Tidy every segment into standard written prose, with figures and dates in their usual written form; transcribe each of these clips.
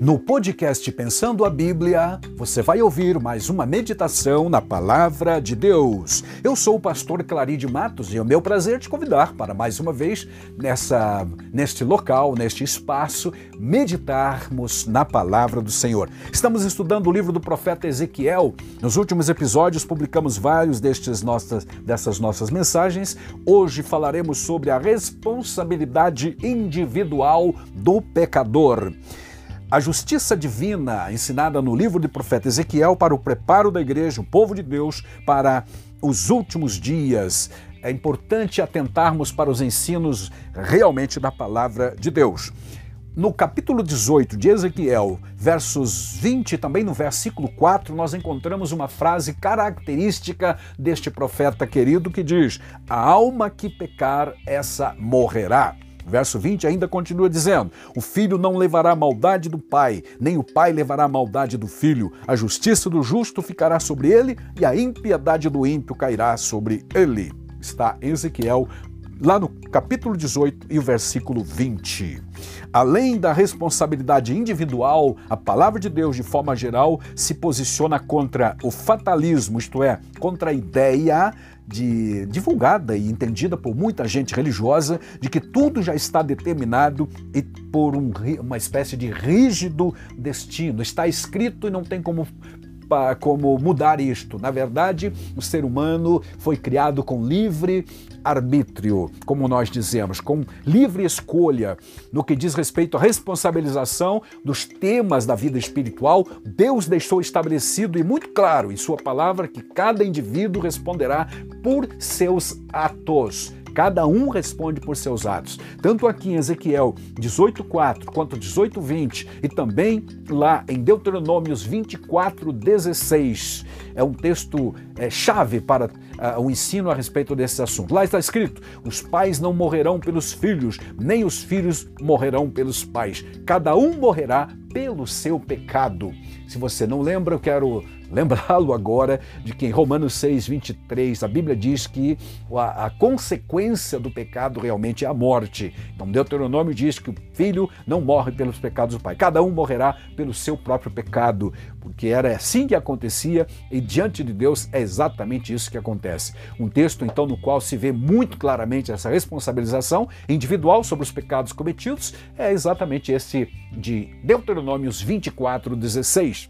No podcast Pensando a Bíblia, você vai ouvir mais uma meditação na Palavra de Deus. Eu sou o pastor Claride Matos e é o meu prazer te convidar para mais uma vez neste local, neste espaço, meditarmos na Palavra do Senhor. Estamos estudando o livro do profeta Ezequiel. Nos últimos episódios publicamos vários dessas nossas mensagens. Hoje falaremos sobre a responsabilidade individual do pecador. A justiça divina ensinada no livro do profeta Ezequiel para o preparo da igreja, o povo de Deus, para os últimos dias. É importante atentarmos para os ensinos realmente da palavra de Deus. No capítulo 18 de Ezequiel, versos 20 e também no versículo 4, nós encontramos uma frase característica deste profeta querido que diz: "A alma que pecar, essa morrerá." Verso 20 ainda continua dizendo: "O filho não levará a maldade do pai, nem o pai levará a maldade do filho. A justiça do justo ficará sobre ele e a impiedade do ímpio cairá sobre ele." Está em Ezequiel, lá no capítulo 18 e o versículo 20. Além da responsabilidade individual, a palavra de Deus, de forma geral, se posiciona contra o fatalismo, isto é, contra a ideia divulgada e entendida por muita gente religiosa de que tudo já está determinado e por uma espécie de rígido destino. Está escrito e não tem como mudar isto. Na verdade, o ser humano foi criado com livre arbítrio, como nós dizemos, com livre escolha. No que diz respeito à responsabilização dos temas da vida espiritual, Deus deixou estabelecido e muito claro em sua palavra que cada indivíduo responderá por seus atos. Cada um responde por seus atos. Tanto aqui em Ezequiel 18:4 quanto 18:20 e também lá em Deuteronômios 24:16. É um texto chave para o ensino a respeito desse assunto. Lá está escrito: "Os pais não morrerão pelos filhos, nem os filhos morrerão pelos pais. Cada um morrerá pelo seu pecado." Se você não lembra, eu quero lembrá-lo agora de que em Romanos 6:23 a Bíblia diz que a consequência do pecado realmente é a morte. Então Deuteronômio diz que o filho não morre pelos pecados do pai. Cada um morrerá pelo seu próprio pecado, porque era assim que acontecia e diante de Deus é exatamente isso que acontece. Um texto então no qual se vê muito claramente essa responsabilização individual sobre os pecados cometidos é exatamente esse de Deuteronômios 24:16.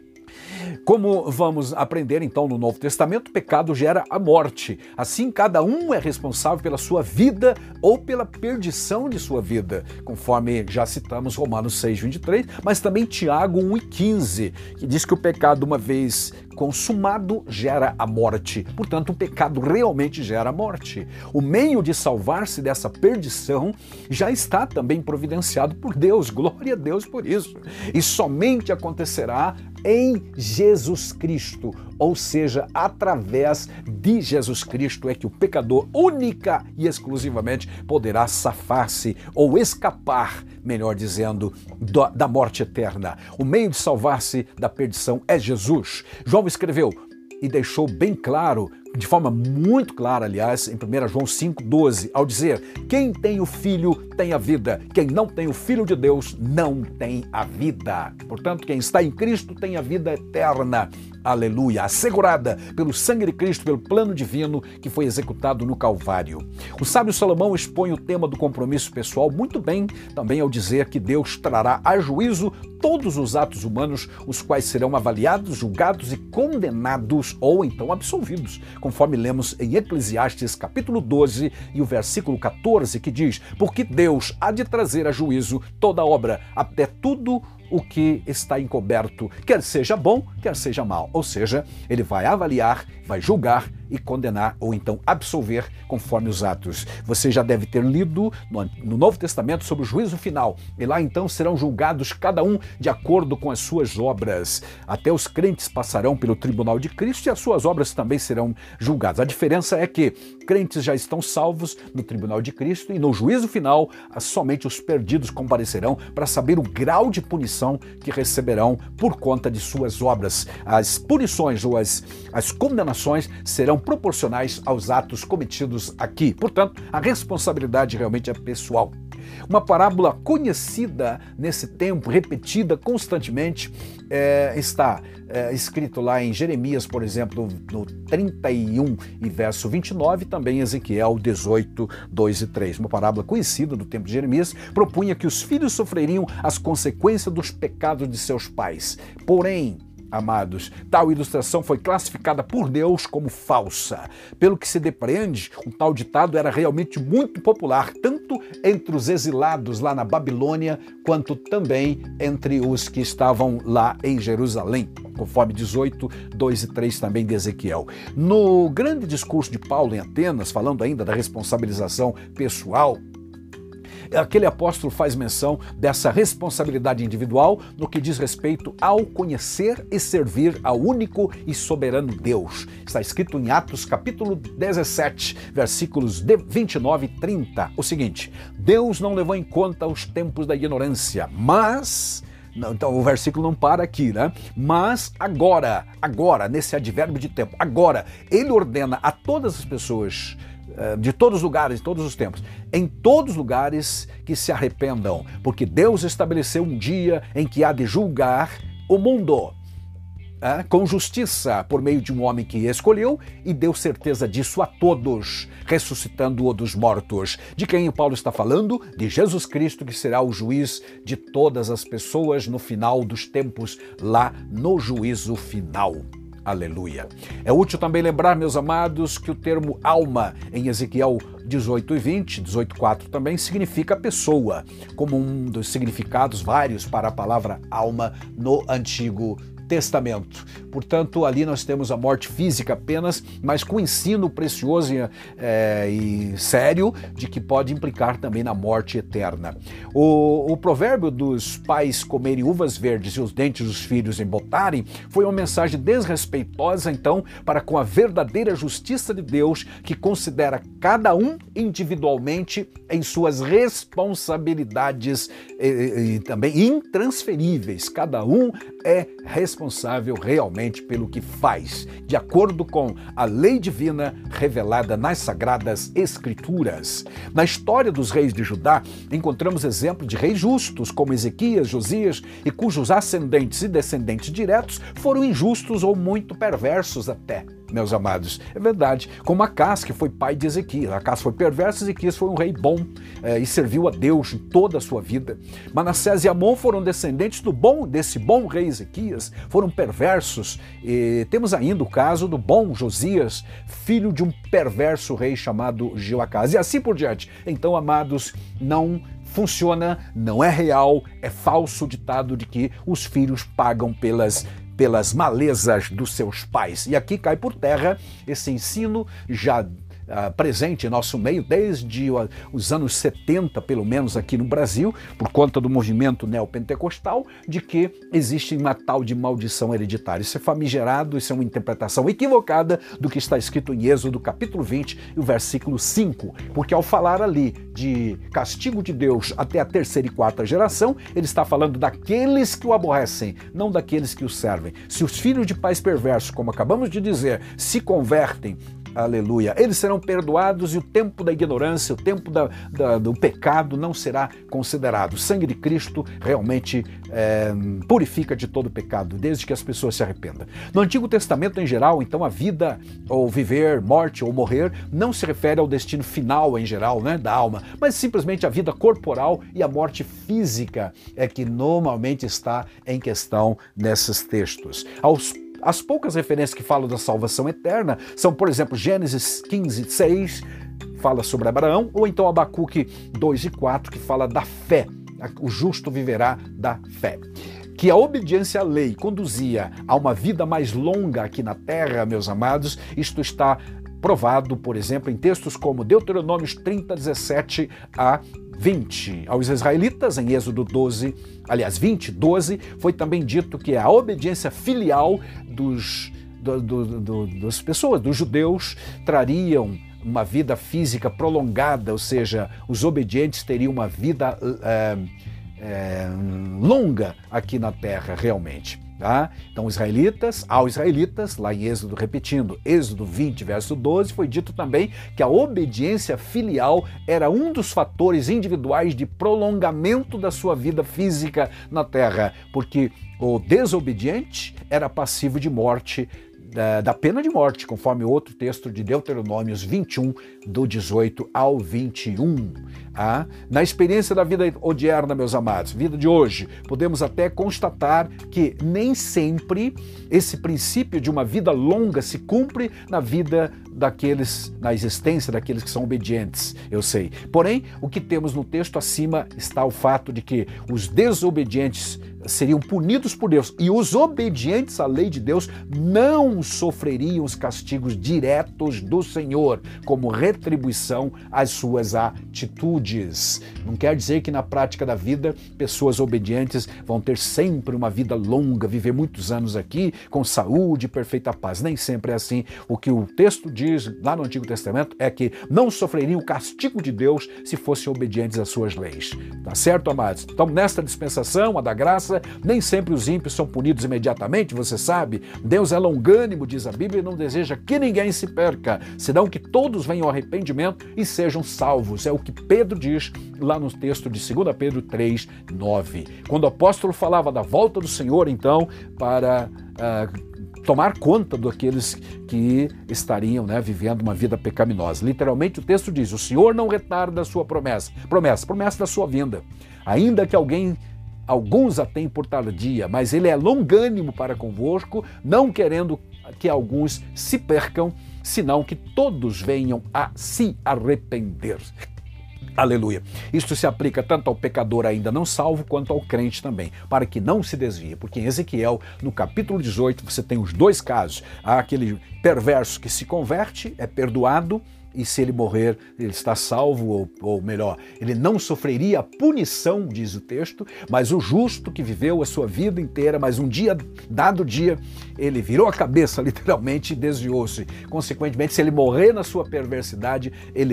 Como vamos aprender então no Novo Testamento, o pecado gera a morte. Assim, cada um é responsável pela sua vida ou pela perdição de sua vida, conforme já citamos Romanos 6:23, mas também Tiago 1:15, que diz que o pecado, uma vez consumado, gera a morte. Portanto, o pecado realmente gera a morte. O meio de salvar-se dessa perdição já está também providenciado por Deus. Glória a Deus por isso. E somente acontecerá em Jesus Cristo, ou seja, através de Jesus Cristo é que o pecador única e exclusivamente poderá safar-se ou escapar, melhor dizendo, da morte eterna. O meio de salvar-se da perdição é Jesus. João escreveu e deixou bem claro, de forma muito clara, aliás, em 1 João 5:12, ao dizer: "Quem tem o Filho tem a vida, quem não tem o Filho de Deus não tem a vida." Portanto, quem está em Cristo tem a vida eterna. Aleluia, assegurada pelo sangue de Cristo, pelo plano divino que foi executado no Calvário. O sábio Salomão expõe o tema do compromisso pessoal muito bem, também ao dizer que Deus trará a juízo todos os atos humanos, os quais serão avaliados, julgados e condenados ou então absolvidos, conforme lemos em Eclesiastes capítulo 12 e o versículo 14, que diz: "Porque Deus há de trazer a juízo toda obra, até tudo o que está encoberto, quer seja bom, quer seja mal." Ou seja, ele vai avaliar, vai julgar e condenar ou então absolver conforme os atos. Você já deve ter lido no Novo Testamento sobre o juízo final. E lá então serão julgados cada um de acordo com as suas obras. Até os crentes passarão pelo tribunal de Cristo e as suas obras também serão julgadas. A diferença é que crentes já estão salvos no tribunal de Cristo e no juízo final somente os perdidos comparecerão para saber o grau de punição que receberão por conta de suas obras. As punições ou as condenações serão proporcionais aos atos cometidos aqui. Portanto, a responsabilidade realmente é pessoal. Uma parábola conhecida nesse tempo, repetida constantemente, está escrito lá em Jeremias, por exemplo, no 31 e verso 29, também em Ezequiel 18, 2 e 3. Uma parábola conhecida do tempo de Jeremias propunha que os filhos sofreriam as consequências dos pecados de seus pais. Porém, amados, tal ilustração foi classificada por Deus como falsa. Pelo que se depreende, o tal ditado era realmente muito popular, tanto entre os exilados lá na Babilônia, quanto também entre os que estavam lá em Jerusalém, conforme 18, 2 e 3 também de Ezequiel. No grande discurso de Paulo em Atenas, falando ainda da responsabilização pessoal, aquele apóstolo faz menção dessa responsabilidade individual no que diz respeito ao conhecer e servir ao único e soberano Deus. Está escrito em Atos capítulo 17, versículos 29 e 30, o seguinte: Deus não levou em conta os tempos da ignorância, mas... Então o versículo não para aqui, né? Mas agora, nesse advérbio de tempo, agora, ele ordena a todas as pessoas de todos os lugares, de todos os tempos, em todos os lugares que se arrependam, porque Deus estabeleceu um dia em que há de julgar o mundo com justiça por meio de um homem que escolheu e deu certeza disso a todos, ressuscitando-o dos mortos. De quem o Paulo está falando? De Jesus Cristo, que será o juiz de todas as pessoas no final dos tempos, lá no juízo final. Aleluia. É útil também lembrar, meus amados, que o termo alma em Ezequiel 18 e 20, 18:4 também significa pessoa, como um dos significados vários para a palavra alma no Antigo Testamento. Portanto, ali nós temos a morte física apenas, mas com ensino precioso e sério de que pode implicar também na morte eterna. O provérbio dos pais comerem uvas verdes e os dentes dos filhos embotarem foi uma mensagem desrespeitosa, então, para com a verdadeira justiça de Deus, que considera cada um individualmente em suas responsabilidades e também intransferíveis. Cada um é responsável realmente pelo que faz, de acordo com a lei divina revelada nas Sagradas Escrituras. Na história dos reis de Judá, encontramos exemplos de reis justos, como Ezequias, Josias, e cujos ascendentes e descendentes diretos foram injustos ou muito perversos até, meus amados. É verdade, como Acás, que foi pai de Ezequias. Acás foi perverso, Ezequias foi um rei bom e serviu a Deus em toda a sua vida. Manassés e Amon foram descendentes desse bom rei Ezequias, foram perversos. E temos ainda o caso do bom Josias, filho de um perverso rei chamado Jeoacás, e assim por diante. Então, amados, não funciona, não é real, é falso o ditado de que os filhos pagam pelas malezas dos seus pais. E aqui cai por terra esse ensino já presente em nosso meio desde os anos 70, pelo menos aqui no Brasil, por conta do movimento neopentecostal, de que existe uma tal de maldição hereditária. Isso é famigerado, isso é uma interpretação equivocada do que está escrito em Êxodo capítulo 20 e o versículo 5, porque ao falar ali de castigo de Deus até a terceira e quarta geração, ele está falando daqueles que o aborrecem, não daqueles que o servem. Se os filhos de pais perversos, como acabamos de dizer, se convertem, aleluia, eles serão perdoados e o tempo da ignorância, o tempo do pecado não será considerado. O sangue de Cristo realmente purifica de todo pecado, desde que as pessoas se arrependam. No Antigo Testamento, em geral, então, a vida, ou viver, morte ou morrer, não se refere ao destino final, em geral, né, da alma, mas simplesmente a vida corporal e a morte física é que normalmente está em questão nesses textos. As poucas referências que falam da salvação eterna são, por exemplo, Gênesis 15, 6, fala sobre Abraão, ou então Abacuque 2 e 4, que fala da fé. O justo viverá da fé. Que a obediência à lei conduzia a uma vida mais longa aqui na terra, meus amados, isto está provado, por exemplo, em textos como Deuteronômio 30, 17 a 20. Aos israelitas, em Êxodo 20, 12, foi também dito que a obediência filial das pessoas, dos judeus, trariam uma vida física prolongada, ou seja, os obedientes teriam uma vida longa aqui na terra, realmente. Tá? Então, aos israelitas, lá em Êxodo, repetindo, Êxodo 20, verso 12, foi dito também que a obediência filial era um dos fatores individuais de prolongamento da sua vida física na terra, porque o desobediente era passivo de morte, da pena de morte, conforme outro texto de Deuteronômios 21, do 18 ao 21. Na experiência da vida odierna, meus amados, vida de hoje, podemos até constatar que nem sempre esse princípio de uma vida longa se cumpre na existência daqueles que são obedientes, eu sei. Porém, o que temos no texto acima está o fato de que os desobedientes seriam punidos por Deus e os obedientes à lei de Deus não sofreriam os castigos diretos do Senhor como retribuição às suas atitudes. Não quer dizer que na prática da vida pessoas obedientes vão ter sempre uma vida longa, viver muitos anos aqui com saúde e perfeita paz. Nem sempre é assim. O que o texto diz lá no Antigo Testamento é que não sofreriam o castigo de Deus se fossem obedientes às suas leis. Tá certo, amados? Então, nesta dispensação, a da graça, nem sempre os ímpios são punidos imediatamente, você sabe. Deus é longânimo, diz a Bíblia, e não deseja que ninguém se perca, senão que todos venham ao arrependimento e sejam salvos. É o que Pedro diz lá no texto de 2 Pedro 3, 9. Quando o apóstolo falava da volta do Senhor, então, para tomar conta daqueles que estariam vivendo uma vida pecaminosa. Literalmente o texto diz, o Senhor não retarda a sua promessa da sua vinda. Ainda que alguns a têm por tardia, mas ele é longânimo para convosco, não querendo que alguns se percam, senão que todos venham a se arrepender. Aleluia. Isto se aplica tanto ao pecador ainda não salvo, quanto ao crente também, para que não se desvie. Porque em Ezequiel, no capítulo 18, você tem os dois casos. Há aquele perverso que se converte, é perdoado, e se ele morrer, ele está salvo, ou melhor, ele não sofreria a punição, diz o texto, mas o justo que viveu a sua vida inteira, mas um dado dia, ele virou a cabeça, literalmente, e desviou-se. Consequentemente, se ele morrer na sua perversidade,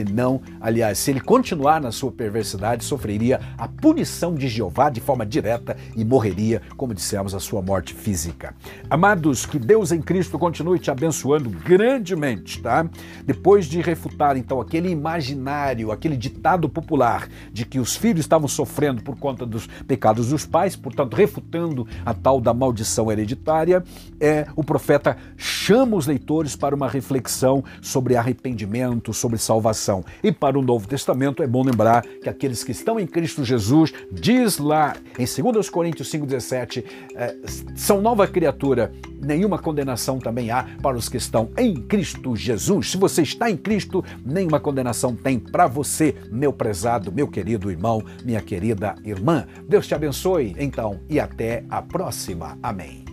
se ele continuar na sua perversidade, sofreria a punição de Jeová de forma direta e morreria, como dissemos, a sua morte física. Amados, que Deus em Cristo continue te abençoando grandemente, tá? Depois de refutar então aquele imaginário, aquele ditado popular de que os filhos estavam sofrendo por conta dos pecados dos pais, portanto refutando a tal da maldição hereditária, o profeta chama os leitores para uma reflexão sobre arrependimento, sobre salvação. E para o Novo Testamento é bom lembrar que aqueles que estão em Cristo Jesus, diz lá em 2 Coríntios 5,17, são nova criatura, nenhuma condenação também há para os que estão em Cristo Jesus. Se você está em Cristo, nenhuma condenação tem para você, meu prezado, meu querido irmão, minha querida irmã. Deus te abençoe, então, e até a próxima. Amém.